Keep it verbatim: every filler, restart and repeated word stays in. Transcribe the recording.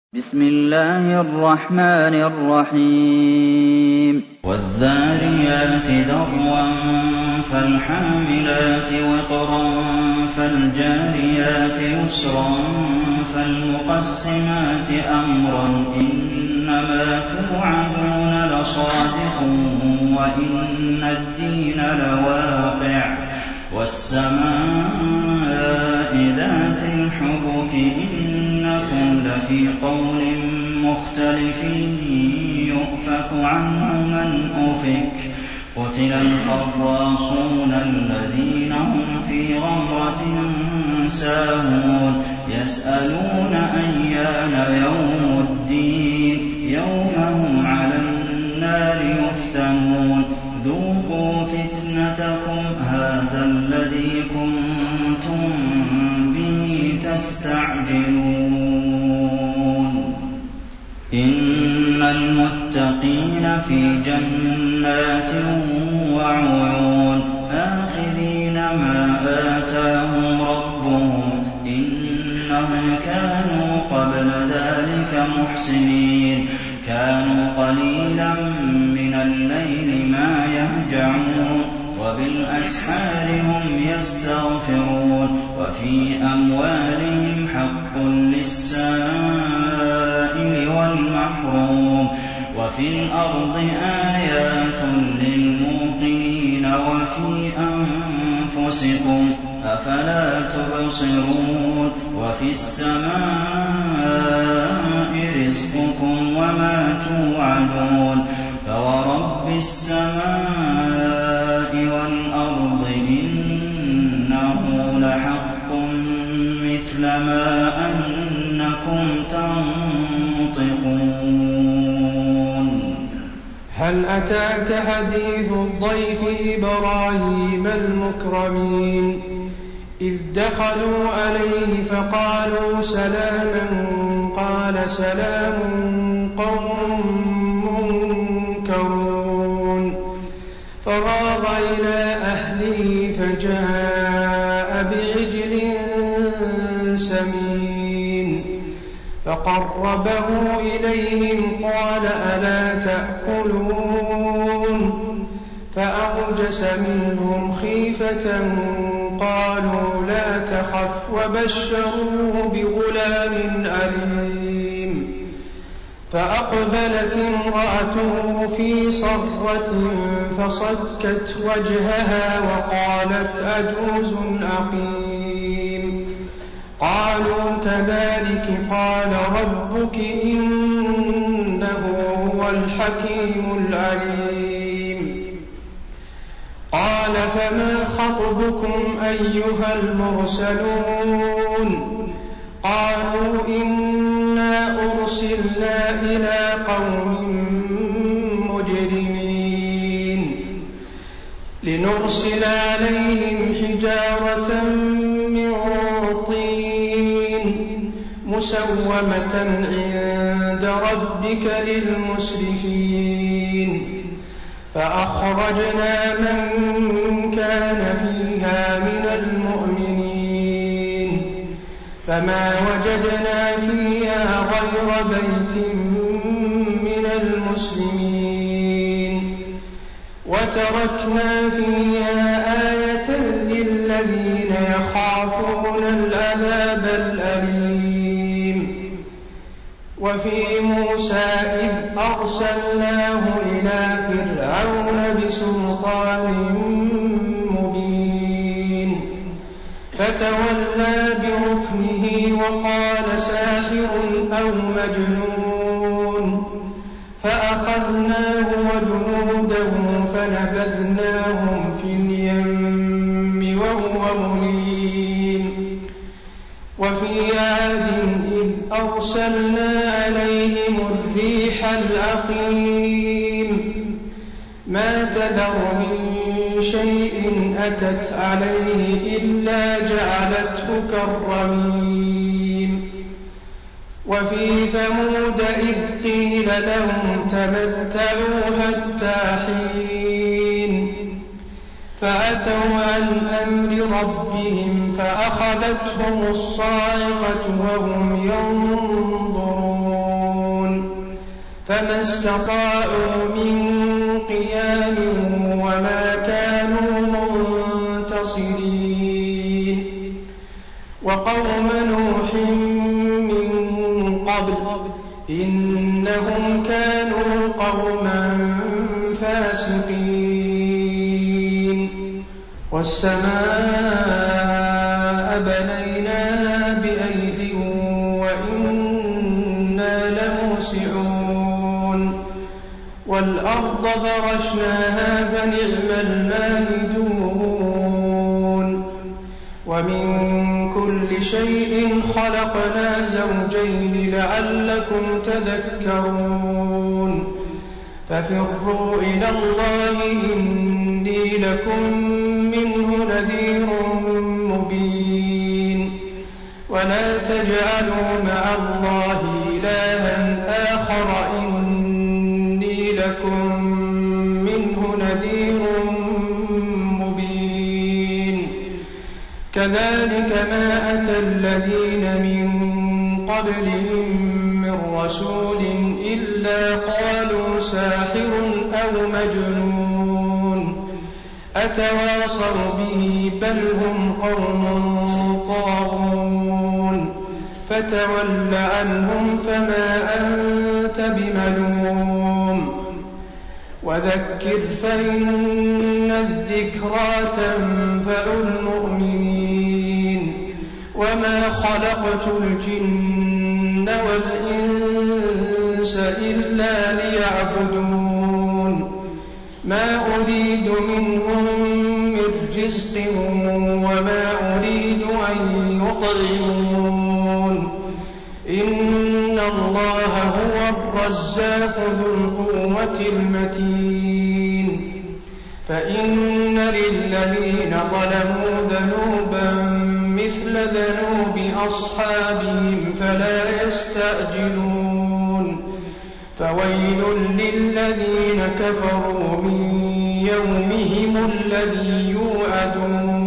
بسم الله الرحمن الرحيم والذاريات ذروا فالحاملات وقرا فالجاريات يسرا فالمقسمات أمرا إنما توعدون لصادق وإن الدين لواقع والسماء ذات الحبك إنكم لفي قول مختلف يؤفك عنه من أفك قتل الخراصون الذين هم في غمرة ساهون يسألون أيان يوم الدين يوم هم على النار يفتنون ذوقوا فتنتكم هذا الذي كنتم به تستعجلون إن المتقين في جنات وعيون آخذين ما آتاهم ربهم إنهم كانوا قبل ذلك محسنين كانوا قليلا من الليل ما يهجعون وبالأسحار هم يستغفرون وفي أموالهم حق للسائل والمحروم وفي الأرض آيات للموقنين وفي أنفسكم أفلا تبصرون وفي السماء رزقكم وما توعدون فورب السماء والأرض إنه لحق مثل ما أنكم تنطقون هل أتاك حديث الضيف إبراهيم المكرمين إذ دخلوا عليه فقالوا سلاما قال سلام قوم منكرون فراغ إلى أهله فجاء بعجل سمين فقربه إليهم قال ألا تأكلون فأوجس منهم خيفة قالوا لا تخف وبشروه بغلام أليم فأقبلت امرأته في صرة فصكت وجهها وقالت أجوز أقيم قالوا كذلك قال ربك إنه هو الحكيم العليم قال فما خطبكم أيها المرسلون قالوا إنا أرسلنا إلى قوم مجرمين لنرسل عليهم حجارة من طين مسومة عند ربك للمسرفين فأخرجنا من كان فيها من المؤمنين فما وجدنا فيها غير بيت من المسلمين وتركنا فيها آية للذين يخافون العذاب الأليم وفي موسى إذ أرسلناه إلى فرعون بسلطان مبين فتولى بركنه وقال ساحر أو مجنون فأخذناه وجنوده فنبذناهم في اليم وهو مليم وفي عاد إذ أرسلنا عليهم الريح العقيم ما تذر من شيء أتت عليه إلا جعلته كالرميم وفي ثمود إذ قيل لهم تمتعوا حتى حين فأتوا عن أمر ربهم فأخذتهم الصاعقة وهم ينظرون فما استطاعوا من قيام وما كانوا منتصرين وقوم نوح من قبل إنهم كانوا قوما فاسقين والسماء بنيناها بأيد وإنا لموسعون والأرض فرشناها فنعم الماهدون ومن كل شيء خلقنا زوجين لعلكم تذكرون ففروا إلى الله إني لكم منه نذير مبين ولا تجعلوا مع الله إلها آخر إني لكم منه نذير مبين كذلك ما أتى الذين من قبلهم من رسول إلا قالوا ساحر أو مجنون أتواصوا به بل هم قوم طاغون فتول عنهم فما أنت بملوم وذكر فإن الذكرى تنفع المؤمنين وما خلقت الجن والإنس إلا ليعبدون ما أريد منهم من رزق وما أريد أن يطعمون إن الله هو الرزاق ذو القوة المتين فإن للذين ظلموا ذنوبا مثل ذنوب أصحابهم فلا يستعجلون فويل للذين كفروا من يومهم الذي يوعدون